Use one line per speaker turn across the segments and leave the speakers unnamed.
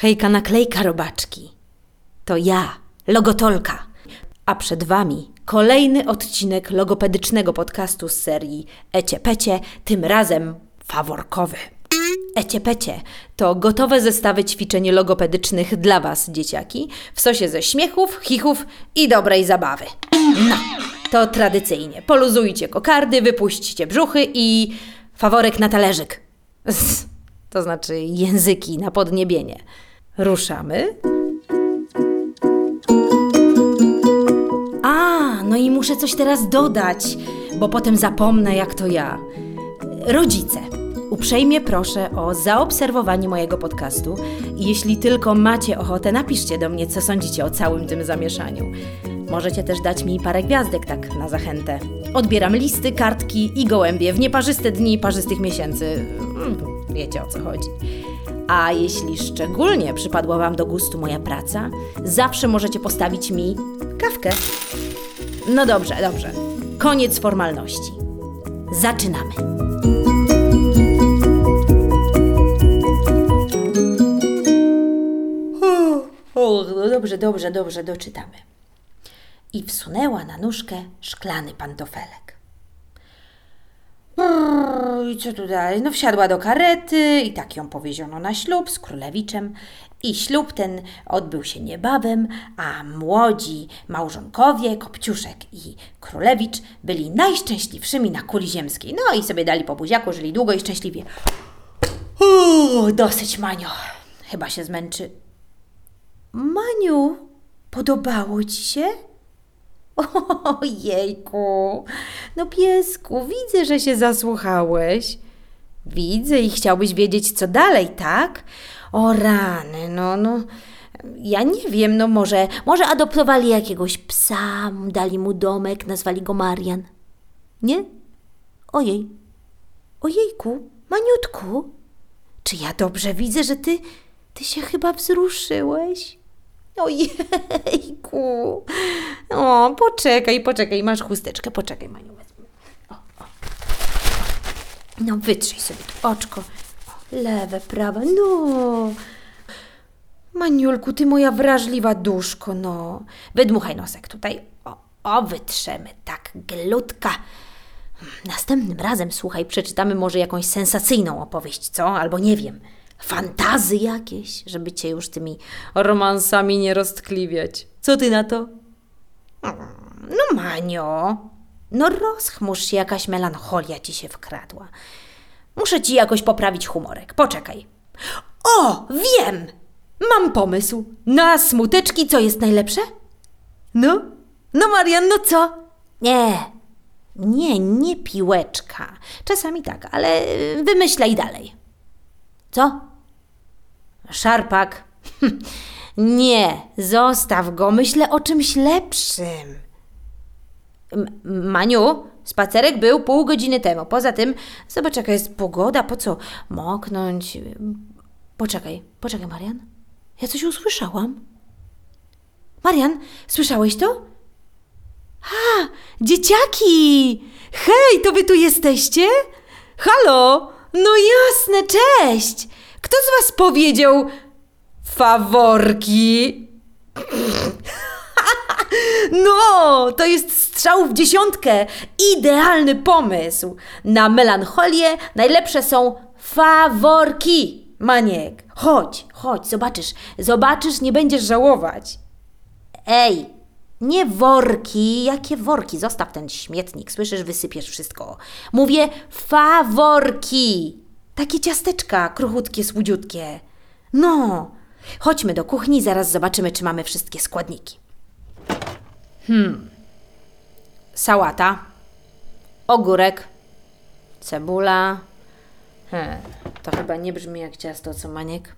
Hejka naklejka robaczki. To ja, Logotolka. A przed wami kolejny odcinek logopedycznego podcastu z serii Ecie-pecie, tym razem faworkowy. Ecie-pecie to gotowe zestawy ćwiczeń logopedycznych dla was, dzieciaki, w sosie ze śmiechów, chichów i dobrej zabawy. No, to tradycyjnie. Poluzujcie kokardy, wypuśćcie brzuchy i faworek na talerzyk. To znaczy języki na podniebienie. Ruszamy. No i muszę coś teraz dodać, bo potem zapomnę, jak to ja. Rodzice, uprzejmie proszę o zaobserwowanie mojego podcastu i jeśli tylko macie ochotę, napiszcie do mnie, co sądzicie o całym tym zamieszaniu. Możecie też dać mi parę gwiazdek, tak na zachętę. Odbieram listy, kartki i gołębie w nieparzyste dni parzystych miesięcy. Wiecie, o co chodzi. A jeśli szczególnie przypadła wam do gustu moja praca, zawsze możecie postawić mi kawkę. No dobrze. Koniec formalności. Zaczynamy. Dobrze, doczytamy. I wsunęła na nóżkę szklany pantofelek. I co tu dalej? No wsiadła do karety i tak ją powieziono na ślub z królewiczem. I ślub ten odbył się niebawem, a młodzi małżonkowie, Kopciuszek i Królewicz, byli najszczęśliwszymi na kuli ziemskiej. No i sobie dali po buziaku, żyli długo i szczęśliwie. Dosyć, Manio. Chyba się zmęczy. Maniu, podobało ci się? Ojejku, no piesku, widzę, że się zasłuchałeś. Widzę i chciałbyś wiedzieć, co dalej, tak? O rany, no, ja nie wiem, no może adoptowali jakiegoś psa, dali mu domek, nazwali go Marian. Nie? Ojejku, Maniutku, czy ja dobrze widzę, że ty się chyba wzruszyłeś? Ojejku. O, poczekaj, masz chusteczkę, poczekaj, Maniu. O. No, wytrzyj sobie tu oczko. Lewe, prawe, no. Maniulku, ty moja wrażliwa duszko, no. Wydmuchaj nosek tutaj. Wytrzemy, tak, glutka. Następnym razem, słuchaj, przeczytamy może jakąś sensacyjną opowieść, co? Albo nie wiem, fantazy jakieś, żeby cię już tymi romansami nie roztkliwiać. Co ty na to? No, Manio, no rozchmurz się, jakaś melancholia ci się wkradła. Muszę ci jakoś poprawić humorek. Poczekaj. O, wiem! Mam pomysł. Na smuteczki co jest najlepsze? No, Marian, no co? Nie piłeczka. Czasami tak, ale wymyślaj dalej. Co? Szarpak? Nie, zostaw go. Myślę o czymś lepszym. Maniu, spacerek był pół godziny temu. Poza tym, zobacz, jaka jest pogoda. Po co moknąć? Poczekaj, Marian. Ja coś usłyszałam. Marian, słyszałeś to? Dzieciaki! Hej, to wy tu jesteście? Halo? No jasne, cześć! Kto z was powiedział faworki? No, to jest strzał w dziesiątkę. Idealny pomysł. Na melancholię najlepsze są faworki. Maniek, chodź, zobaczysz, nie będziesz żałować. Ej, nie worki, jakie worki? Zostaw ten śmietnik, słyszysz, wysypiesz wszystko. Mówię faworki. Takie ciasteczka, kruchutkie, słodziutkie. No, chodźmy do kuchni, zaraz zobaczymy, czy mamy wszystkie składniki. Sałata, ogórek, cebula. To chyba nie brzmi jak ciasto, co, Maniek?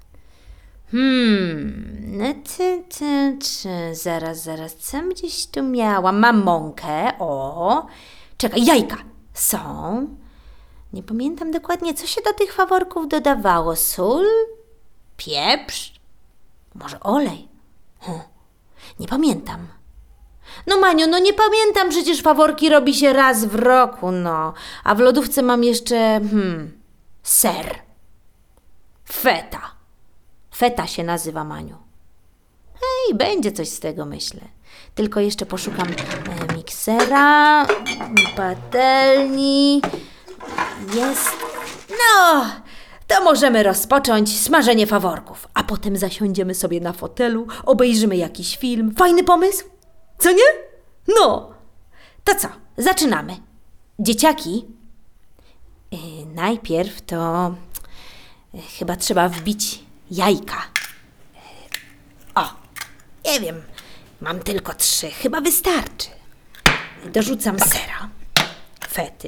Zaraz, co gdzieś tu miałam? Mam mąkę, czekaj, jajka są. Nie pamiętam dokładnie, co się do tych faworków dodawało. Sól? Pieprz? Może olej? Nie pamiętam. No Maniu, nie pamiętam, przecież faworki robi się raz w roku, a w lodówce mam jeszcze ser, feta, Feta się nazywa, Maniu. Hej, będzie coś z tego, myślę. Tylko jeszcze poszukam miksera, patelni. Jest. No, to możemy rozpocząć smażenie faworków, a potem zasiądziemy sobie na fotelu, obejrzymy jakiś film. Fajny pomysł? Co nie? No, to co? Zaczynamy. Dzieciaki, najpierw to chyba trzeba wbić jajka. O, nie wiem, mam tylko 3, chyba wystarczy. Dorzucam sera, fety,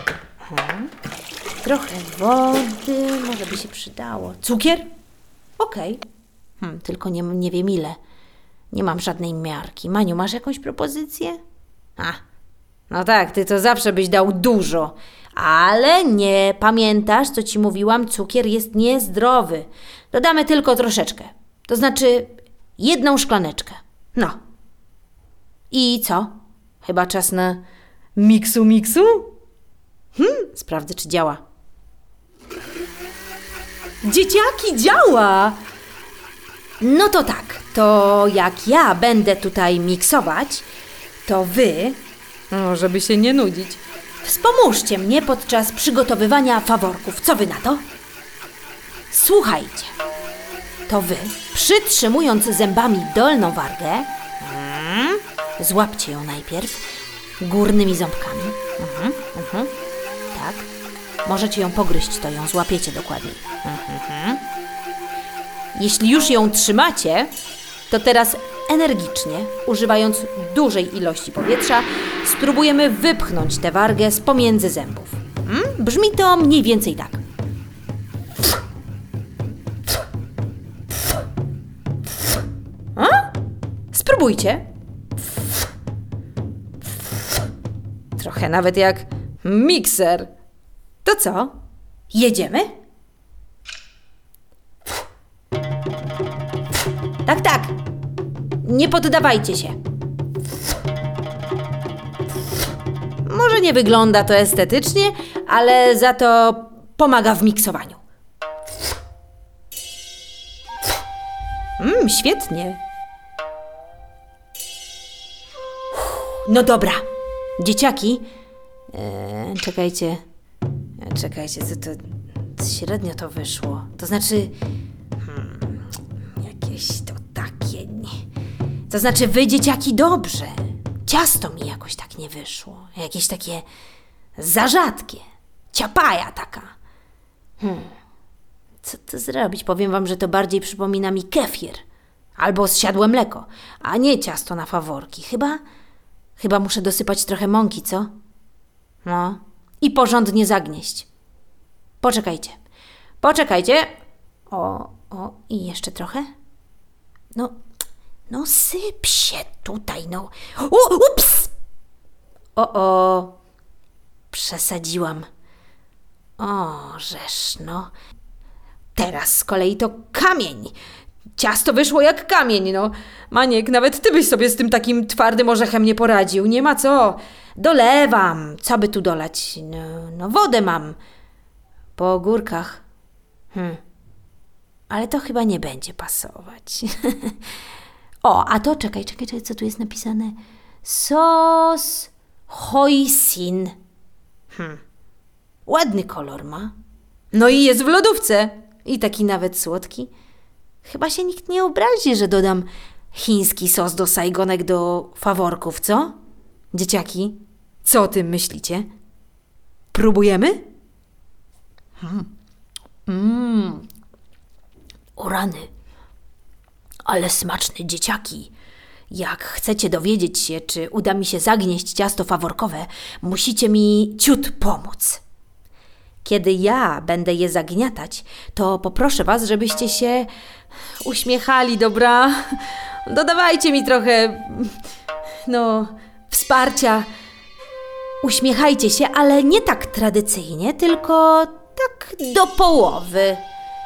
trochę wody, może by się przydało. Cukier? Okej. Tylko nie wiem ile. Nie mam żadnej miarki. Maniu, masz jakąś propozycję? No tak, ty to zawsze byś dał dużo. Ale nie pamiętasz, co ci mówiłam? Cukier jest niezdrowy. Dodamy tylko troszeczkę. To znaczy 1 szklaneczkę. No. I co? Chyba czas na miksu? Sprawdzę, czy działa. Dzieciaki, działa! No to tak, to jak ja będę tutaj miksować, to wy, żeby się nie nudzić, wspomóżcie mnie podczas przygotowywania faworków. Co wy na to? Słuchajcie, to wy, przytrzymując zębami dolną wargę, złapcie ją najpierw górnymi ząbkami. Tak. Możecie ją pogryźć, to ją złapiecie dokładniej. Jeśli już ją trzymacie, to teraz energicznie, używając dużej ilości powietrza, spróbujemy wypchnąć tę wargę z pomiędzy zębów. Brzmi to mniej więcej tak. Spróbujcie. Trochę nawet jak mikser. To co? Jedziemy? Tak. Nie poddawajcie się. Może nie wygląda to estetycznie, ale za to pomaga w miksowaniu. Świetnie. No dobra. Dzieciaki. Czekajcie, co to średnio to wyszło. To znaczy... jakieś to takie... To znaczy wy, dzieciaki, dobrze. Ciasto mi jakoś tak nie wyszło. Jakieś takie za rzadkie. Ciapaja taka. Co to zrobić? Powiem wam, że to bardziej przypomina mi kefir. Albo zsiadłe mleko, a nie ciasto na faworki. Chyba muszę dosypać trochę mąki, co? No. I porządnie zagnieść. Poczekajcie. I jeszcze trochę? No syp się tutaj, no. Ups! Przesadziłam. Żeż, no. Teraz z kolei to kamień. Ciasto wyszło jak kamień, no. Maniek, nawet ty byś sobie z tym takim twardym orzechem nie poradził. Nie ma co. Dolewam. Co by tu dolać? No wodę mam. Po ogórkach. Ale to chyba nie będzie pasować. A to czekaj, co tu jest napisane? Sos hoisin. Ładny kolor ma. No i jest w lodówce. I taki nawet słodki. Chyba się nikt nie obrazi, że dodam chiński sos do sajgonek do faworków, co? Dzieciaki, co o tym myślicie? Próbujemy? O rany, ale smaczne, dzieciaki. Jak chcecie dowiedzieć się, czy uda mi się zagnieść ciasto faworkowe, musicie mi ciut pomóc. Kiedy ja będę je zagniatać, to poproszę was, żebyście się uśmiechali, dobra? Dodawajcie mi trochę, wsparcia. Uśmiechajcie się, ale nie tak tradycyjnie, tylko tak do połowy.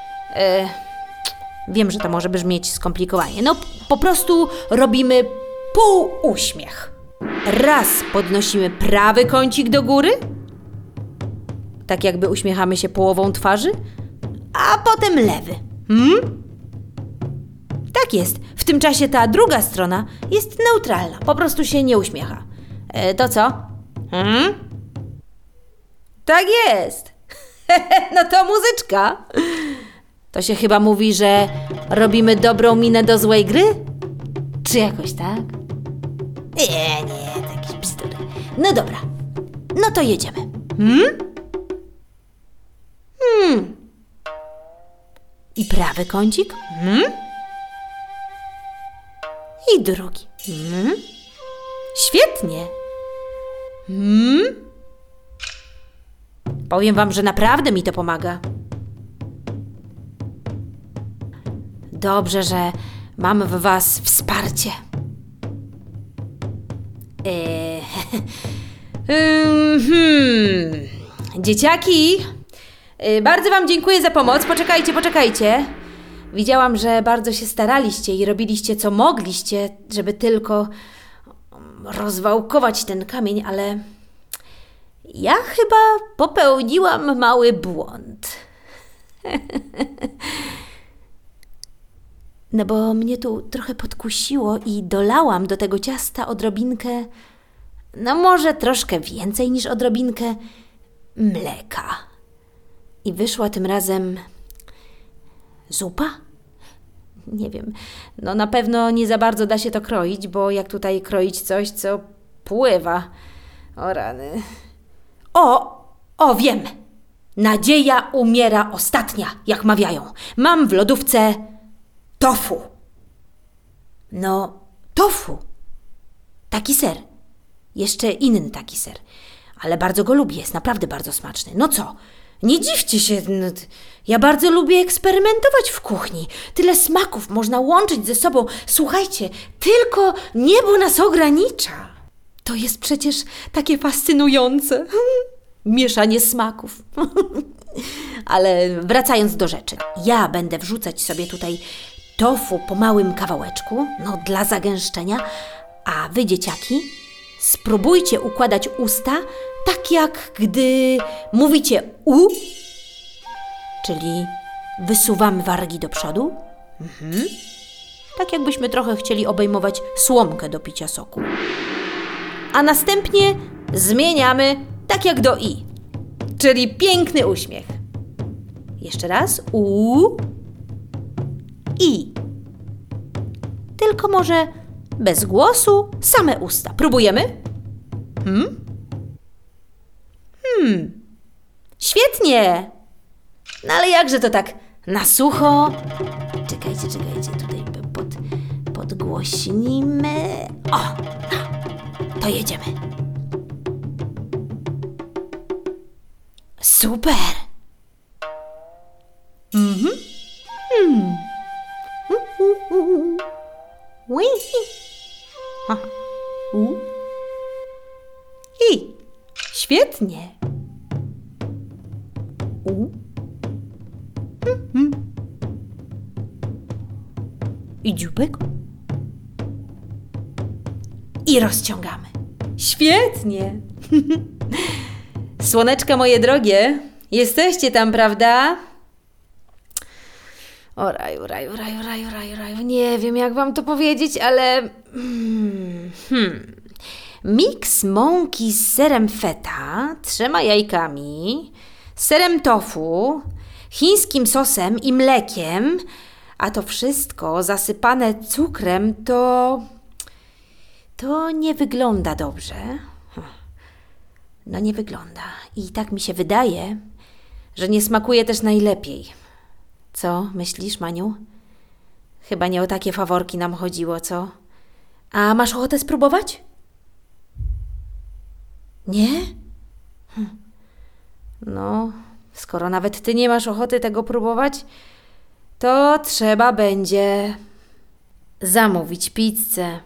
Wiem, że to może brzmieć skomplikowanie. Po prostu robimy półuśmiech. Raz podnosimy prawy kącik do góry, tak jakby uśmiechamy się połową twarzy, a potem lewy. Tak jest. W tym czasie ta druga strona jest neutralna. Po prostu się nie uśmiecha. To co? Tak jest. No to muzyczka. To się chyba mówi, że robimy dobrą minę do złej gry? Czy jakoś tak? Nie, takie bzdury. No dobra. No to jedziemy. I prawy kącik. I drugi. Świetnie. Powiem wam, że naprawdę mi to pomaga. Dobrze, że mam w was wsparcie. Dzieciaki, bardzo wam dziękuję za pomoc. Poczekajcie. Widziałam, że bardzo się staraliście i robiliście co mogliście, żeby tylko rozwałkować ten kamień, ale ja chyba popełniłam mały błąd. No bo mnie tu trochę podkusiło i dolałam do tego ciasta odrobinkę, no może troszkę więcej niż odrobinkę mleka. I wyszła tym razem zupa? Nie wiem, no na pewno nie za bardzo da się to kroić, bo jak tutaj kroić coś, co pływa. O rany. O, wiem! Nadzieja umiera ostatnia, jak mawiają. Mam w lodówce tofu. No, tofu. Taki ser. Jeszcze inny taki ser. Ale bardzo go lubię, jest naprawdę bardzo smaczny. No co? Nie dziwcie się. Ja bardzo lubię eksperymentować w kuchni. Tyle smaków można łączyć ze sobą. Słuchajcie, tylko niebo nas ogranicza. To jest przecież takie fascynujące. Mieszanie smaków. Ale wracając do rzeczy. Ja będę wrzucać sobie tutaj tofu po małym kawałeczku, no dla zagęszczenia, a wy, dzieciaki, spróbujcie układać usta tak jak gdy mówicie u, czyli wysuwamy wargi do przodu. Tak jakbyśmy trochę chcieli obejmować słomkę do picia soku. A następnie zmieniamy tak jak do i, czyli piękny uśmiech. Jeszcze raz u, i. Tylko może bez głosu, same usta. Próbujemy? Świetnie! No ale jakże to tak na sucho? Czekajcie, tutaj podgłośnimy. O, no, to jedziemy. Super! I świetnie. I dzióbek. I rozciągamy. Świetnie. Słoneczka moje drogie, jesteście tam, prawda? O raju. Nie wiem, jak wam to powiedzieć, ale... Miks mąki z serem feta, 3 jajkami, serem tofu, chińskim sosem i mlekiem, a to wszystko zasypane cukrem, to nie wygląda dobrze. No nie wygląda. I tak mi się wydaje, że nie smakuje też najlepiej. Co myślisz, Maniu? Chyba nie o takie faworki nam chodziło, co? A masz ochotę spróbować? Nie? No, skoro nawet ty nie masz ochoty tego próbować, to trzeba będzie zamówić pizzę.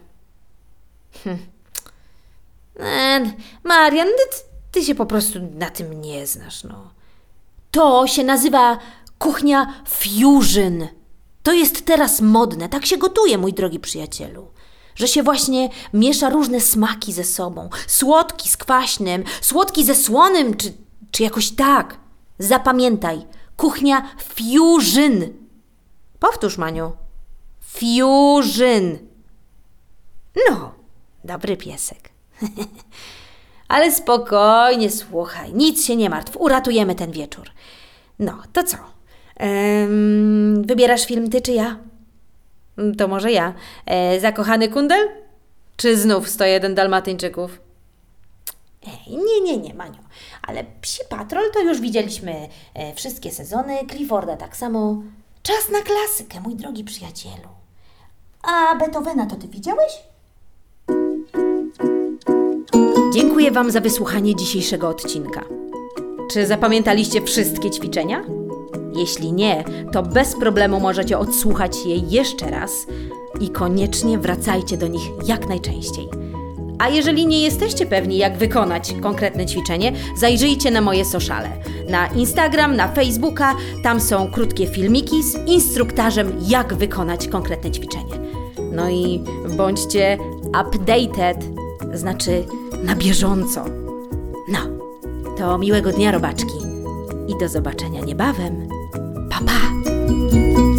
Marian, ty się po prostu na tym nie znasz, no. To się nazywa kuchnia fusion. To jest teraz modne, tak się gotuje, mój drogi przyjacielu. Że się właśnie miesza różne smaki ze sobą. Słodki z kwaśnym, słodki ze słonym, czy jakoś tak. Zapamiętaj, kuchnia fusion. Powtórz, Maniu. Fusion. No, dobry piesek. Ale spokojnie, słuchaj, nic się nie martw, uratujemy ten wieczór. No, to co? Wybierasz film ty czy ja? To może ja. Zakochany kundel? Czy znów 101 Dalmatyńczyków? Nie, Maniu. Ale Psi Patrol to już widzieliśmy wszystkie sezony, Clifforda tak samo. Czas na klasykę, mój drogi przyjacielu. A Beethovena to ty widziałeś? Dziękuję Wam za wysłuchanie dzisiejszego odcinka. Czy zapamiętaliście wszystkie ćwiczenia? Jeśli nie, to bez problemu możecie odsłuchać je jeszcze raz i koniecznie wracajcie do nich jak najczęściej. A jeżeli nie jesteście pewni, jak wykonać konkretne ćwiczenie, zajrzyjcie na moje sociale. Na Instagram, na Facebooka, tam są krótkie filmiki z instruktażem, jak wykonać konkretne ćwiczenie. No i bądźcie updated, znaczy na bieżąco. No, to miłego dnia, robaczki i do zobaczenia niebawem. Pa, pa!